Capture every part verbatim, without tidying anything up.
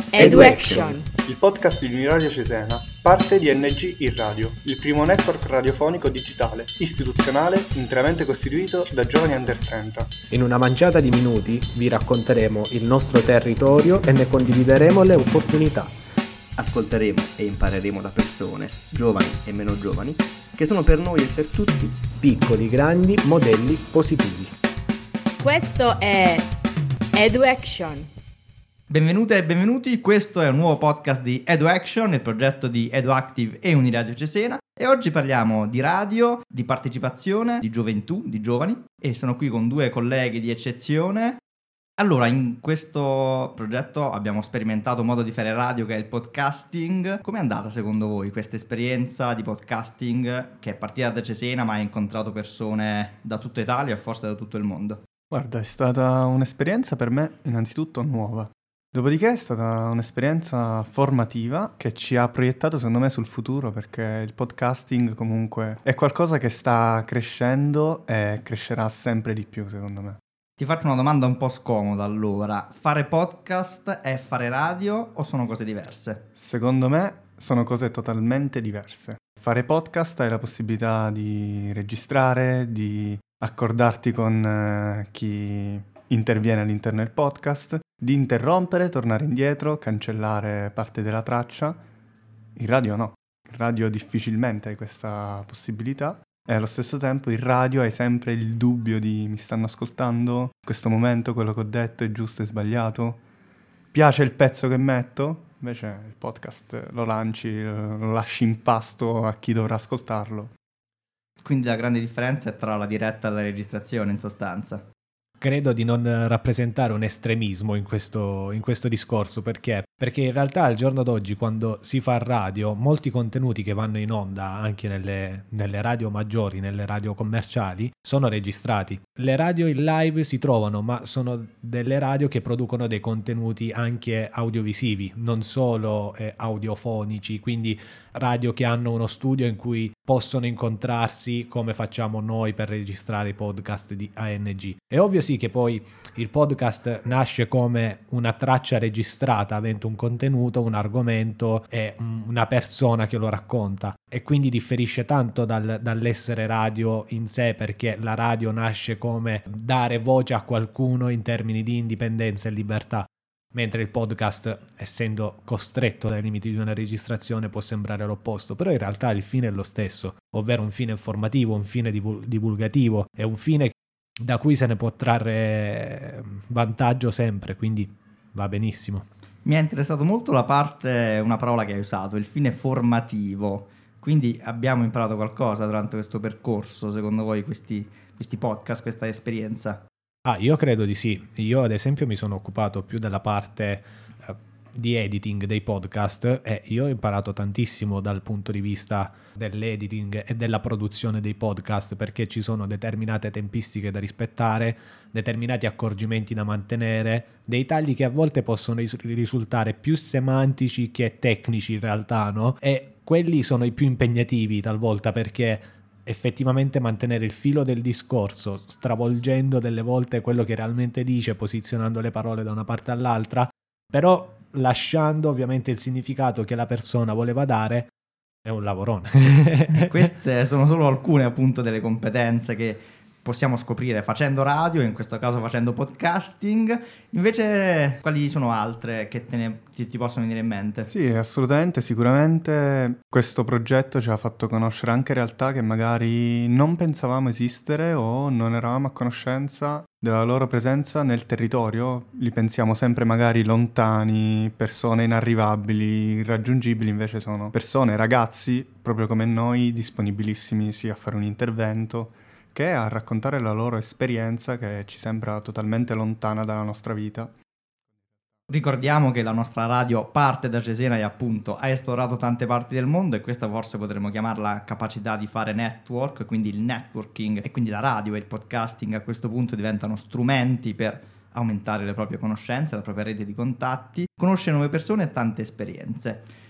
Edu-Action, il podcast di Uniradio Cesena, parte di N G in Radio, il primo network radiofonico digitale, istituzionale, interamente costituito da giovani under trenta. In una manciata di minuti vi racconteremo il nostro territorio e ne condivideremo le opportunità. Ascolteremo e impareremo da persone, giovani e meno giovani, che sono per noi e per tutti piccoli, grandi, modelli positivi. Questo è Edu-Action. Benvenute e benvenuti, questo è un nuovo podcast di Edu-Action, il progetto di Edu-Active e Uniradio Cesena, e oggi parliamo di radio, di partecipazione, di gioventù, di giovani, e sono qui con due colleghi di eccezione. Allora, in questo progetto abbiamo sperimentato un modo di fare radio che è il podcasting. Com'è andata secondo voi questa esperienza di podcasting che è partita da Cesena ma ha incontrato persone da tutta Italia e forse da tutto il mondo? Guarda, è stata un'esperienza per me innanzitutto nuova. Dopodiché è stata un'esperienza formativa che ci ha proiettato secondo me sul futuro, perché il podcasting comunque è qualcosa che sta crescendo e crescerà sempre di più secondo me. Ti faccio una domanda un po' scomoda allora. Fare podcast è fare radio o sono cose diverse? Secondo me sono cose totalmente diverse. Fare podcast hai la possibilità di registrare, di accordarti con eh, chi interviene all'interno del podcast, di interrompere, tornare indietro, cancellare parte della traccia. In radio no. In radio difficilmente hai questa possibilità. E allo stesso tempo in radio hai sempre il dubbio di mi stanno ascoltando, in questo momento quello che ho detto è giusto e sbagliato, piace il pezzo che metto, invece il podcast lo lanci, lo lasci in pasto a chi dovrà ascoltarlo. Quindi la grande differenza è tra la diretta e la registrazione in sostanza. Credo di non rappresentare un estremismo in questo, in questo discorso, perché? Perché in realtà al giorno d'oggi quando si fa radio, molti contenuti che vanno in onda anche nelle, nelle radio maggiori, nelle radio commerciali, sono registrati. Le radio in live si trovano, ma sono delle radio che producono dei contenuti anche audiovisivi, non solo eh, audiofonici, quindi radio che hanno uno studio in cui possono incontrarsi come facciamo noi per registrare i podcast di A N G. È ovvio sì che poi il podcast nasce come una traccia registrata avendo un contenuto, un argomento e una persona che lo racconta, e quindi differisce tanto dal, dall'essere radio in sé, perché la radio nasce come dare voce a qualcuno in termini di indipendenza e libertà, mentre il podcast, essendo costretto dai limiti di una registrazione, può sembrare l'opposto, però in realtà il fine è lo stesso, ovvero un fine informativo, un fine divulgativo, è un fine da cui se ne può trarre vantaggio sempre, quindi va benissimo. Mi è interessato molto la parte, una parola che hai usato, il fine formativo. Quindi abbiamo imparato qualcosa durante questo percorso, secondo voi, questi, questi podcast, questa esperienza? Ah, io credo di sì. Io ad esempio mi sono occupato più della parte eh, di editing dei podcast e io ho imparato tantissimo dal punto di vista dell'editing e della produzione dei podcast, perché ci sono determinate tempistiche da rispettare, determinati accorgimenti da mantenere, dei tagli che a volte possono risultare più semantici che tecnici in realtà, no? E quelli sono i più impegnativi talvolta, perché effettivamente mantenere il filo del discorso, stravolgendo delle volte quello che realmente dice, posizionando le parole da una parte all'altra, però lasciando ovviamente il significato che la persona voleva dare, è un lavorone. Queste sono solo alcune appunto delle competenze che possiamo scoprire facendo radio, in questo caso facendo podcasting. Invece quali sono altre che te ne, ti, ti possono venire in mente? Sì, assolutamente, sicuramente questo progetto ci ha fatto conoscere anche realtà che magari non pensavamo esistere o non eravamo a conoscenza della loro presenza nel territorio. Li pensiamo sempre magari lontani, persone inarrivabili, irraggiungibili, invece sono persone, ragazzi, proprio come noi, disponibilissimi sia a fare un intervento che a raccontare la loro esperienza che ci sembra totalmente lontana dalla nostra vita. Ricordiamo che la nostra radio parte da Cesena e appunto ha esplorato tante parti del mondo, e questa forse potremmo chiamarla capacità di fare network, quindi il networking, e quindi la radio e il podcasting a questo punto diventano strumenti per aumentare le proprie conoscenze, la propria rete di contatti, conoscere nuove persone e tante esperienze.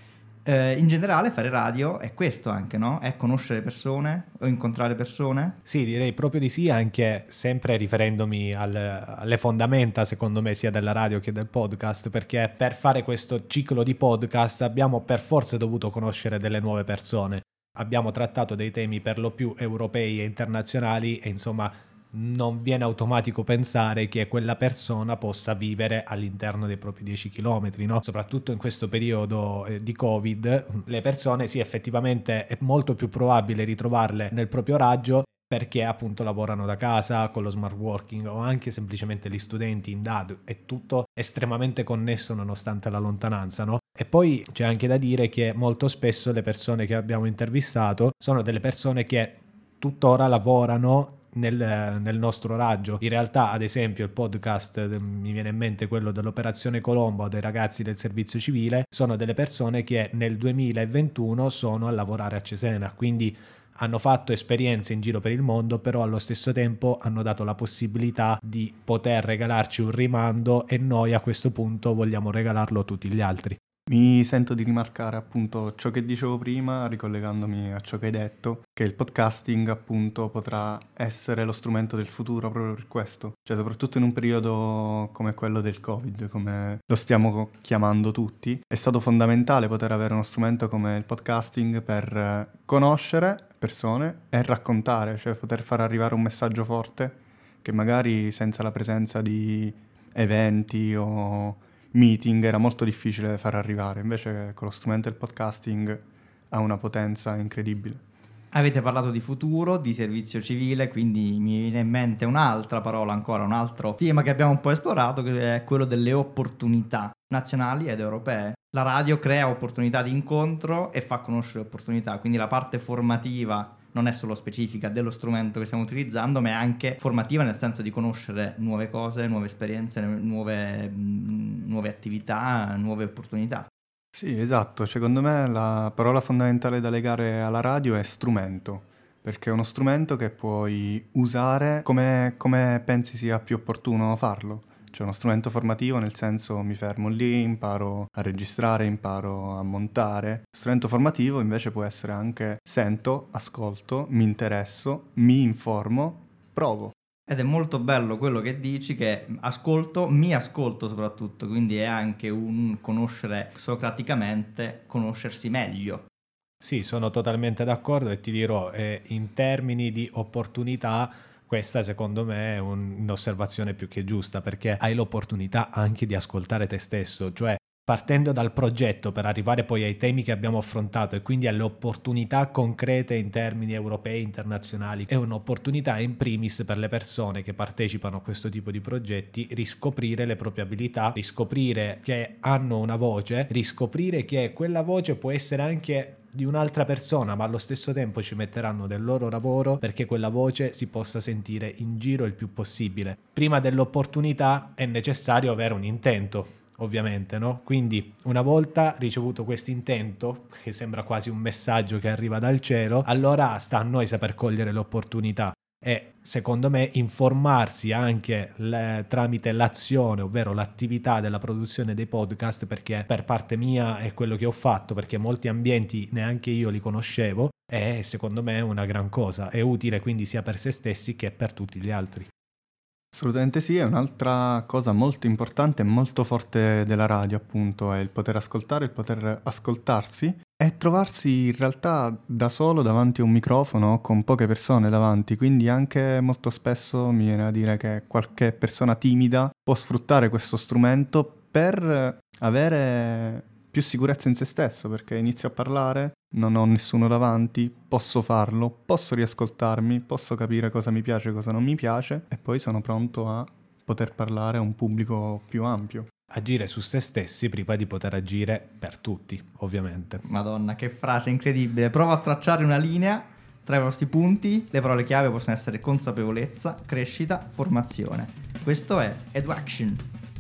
Eh, in generale fare radio è questo anche, no? È conoscere persone o incontrare persone? Sì, direi proprio di sì, anche sempre riferendomi al, alle fondamenta, secondo me, sia della radio che del podcast, perché per fare questo ciclo di podcast abbiamo per forza dovuto conoscere delle nuove persone. Abbiamo trattato dei temi per lo più europei e internazionali e insomma non viene automatico pensare che quella persona possa vivere all'interno dei propri dieci chilometri, no? Soprattutto in questo periodo eh, di Covid, le persone sì, effettivamente è molto più probabile ritrovarle nel proprio raggio perché appunto lavorano da casa con lo smart working o anche semplicemente gli studenti in D A D, è tutto estremamente connesso nonostante la lontananza, no? E poi c'è anche da dire che molto spesso le persone che abbiamo intervistato sono delle persone che tuttora lavorano Nel, nel nostro raggio. In realtà, ad esempio, il podcast, mi viene in mente quello dell'Operazione Colombo dei ragazzi del servizio civile, sono delle persone che nel duemilaventuno sono a lavorare a Cesena, quindi hanno fatto esperienze in giro per il mondo, però allo stesso tempo hanno dato la possibilità di poter regalarci un rimando e noi a questo punto vogliamo regalarlo a tutti gli altri. Mi sento di rimarcare appunto ciò che dicevo prima, ricollegandomi a ciò che hai detto, che il podcasting appunto potrà essere lo strumento del futuro proprio per questo. Cioè soprattutto in un periodo come quello del Covid, come lo stiamo chiamando tutti, è stato fondamentale poter avere uno strumento come il podcasting per conoscere persone e raccontare, cioè poter far arrivare un messaggio forte che magari senza la presenza di eventi o meeting era molto difficile far arrivare, invece con lo strumento del podcasting ha una potenza incredibile. Avete parlato di futuro, di servizio civile, quindi mi viene in mente un'altra parola ancora, un altro tema che abbiamo un po' esplorato, che è quello delle opportunità nazionali ed europee. La radio crea opportunità di incontro e fa conoscere opportunità, quindi la parte formativa non è solo specifica dello strumento che stiamo utilizzando, ma è anche formativa nel senso di conoscere nuove cose, nuove esperienze, nuove, nuove attività, nuove opportunità. Sì, esatto. Secondo me la parola fondamentale da legare alla radio è strumento, perché è uno strumento che puoi usare come, come pensi sia più opportuno farlo. Cioè uno strumento formativo nel senso mi fermo lì, imparo a registrare, imparo a montare. Strumento formativo invece può essere anche sento, ascolto, mi interesso, mi informo, provo. Ed è molto bello quello che dici, che ascolto, mi ascolto soprattutto, quindi è anche un conoscere socraticamente, conoscersi meglio. Sì, sono totalmente d'accordo e ti dirò, eh, in termini di opportunità, questa secondo me è un, un'osservazione più che giusta, perché hai l'opportunità anche di ascoltare te stesso, cioè partendo dal progetto per arrivare poi ai temi che abbiamo affrontato e quindi alle opportunità concrete in termini europei, internazionali, è un'opportunità in primis per le persone che partecipano a questo tipo di progetti riscoprire le proprie abilità, riscoprire che hanno una voce, riscoprire che quella voce può essere anche di un'altra persona, ma allo stesso tempo ci metteranno del loro lavoro perché quella voce si possa sentire in giro il più possibile. Prima dell'opportunità è necessario avere un intento, ovviamente, no? Quindi una volta ricevuto questo intento, che sembra quasi un messaggio che arriva dal cielo, allora sta a noi saper cogliere l'opportunità e secondo me informarsi anche le, tramite l'azione, ovvero l'attività della produzione dei podcast, perché per parte mia è quello che ho fatto, perché molti ambienti neanche io li conoscevo e secondo me è una gran cosa, è utile quindi sia per se stessi che per tutti gli altri. Assolutamente sì, è un'altra cosa molto importante e molto forte della radio appunto, è il poter ascoltare, il poter ascoltarsi e trovarsi in realtà da solo davanti a un microfono con poche persone davanti, quindi anche molto spesso mi viene a dire che qualche persona timida può sfruttare questo strumento per avere più sicurezza in se stesso, perché inizio a parlare, non ho nessuno davanti, posso farlo, posso riascoltarmi, posso capire cosa mi piace e cosa non mi piace e poi sono pronto a poter parlare a un pubblico più ampio. Agire su se stessi prima di poter agire per tutti, ovviamente. Madonna, che frase incredibile. Provo a tracciare una linea tra i vostri punti. Le parole chiave possono essere consapevolezza, crescita, formazione. Questo è EduAction.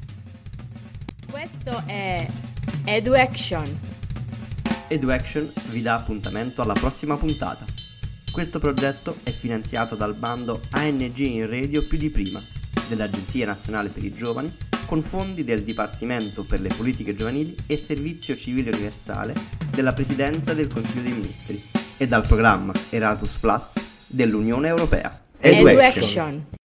Questo è EduAction. EduAction vi dà appuntamento alla prossima puntata. Questo progetto è finanziato dal bando A N G in Radio più di prima dell'Agenzia Nazionale per i Giovani, con fondi del Dipartimento per le Politiche Giovanili e Servizio Civile Universale della Presidenza del Consiglio dei Ministri e dal programma Erasmus Plus dell'Unione Europea. EduAction.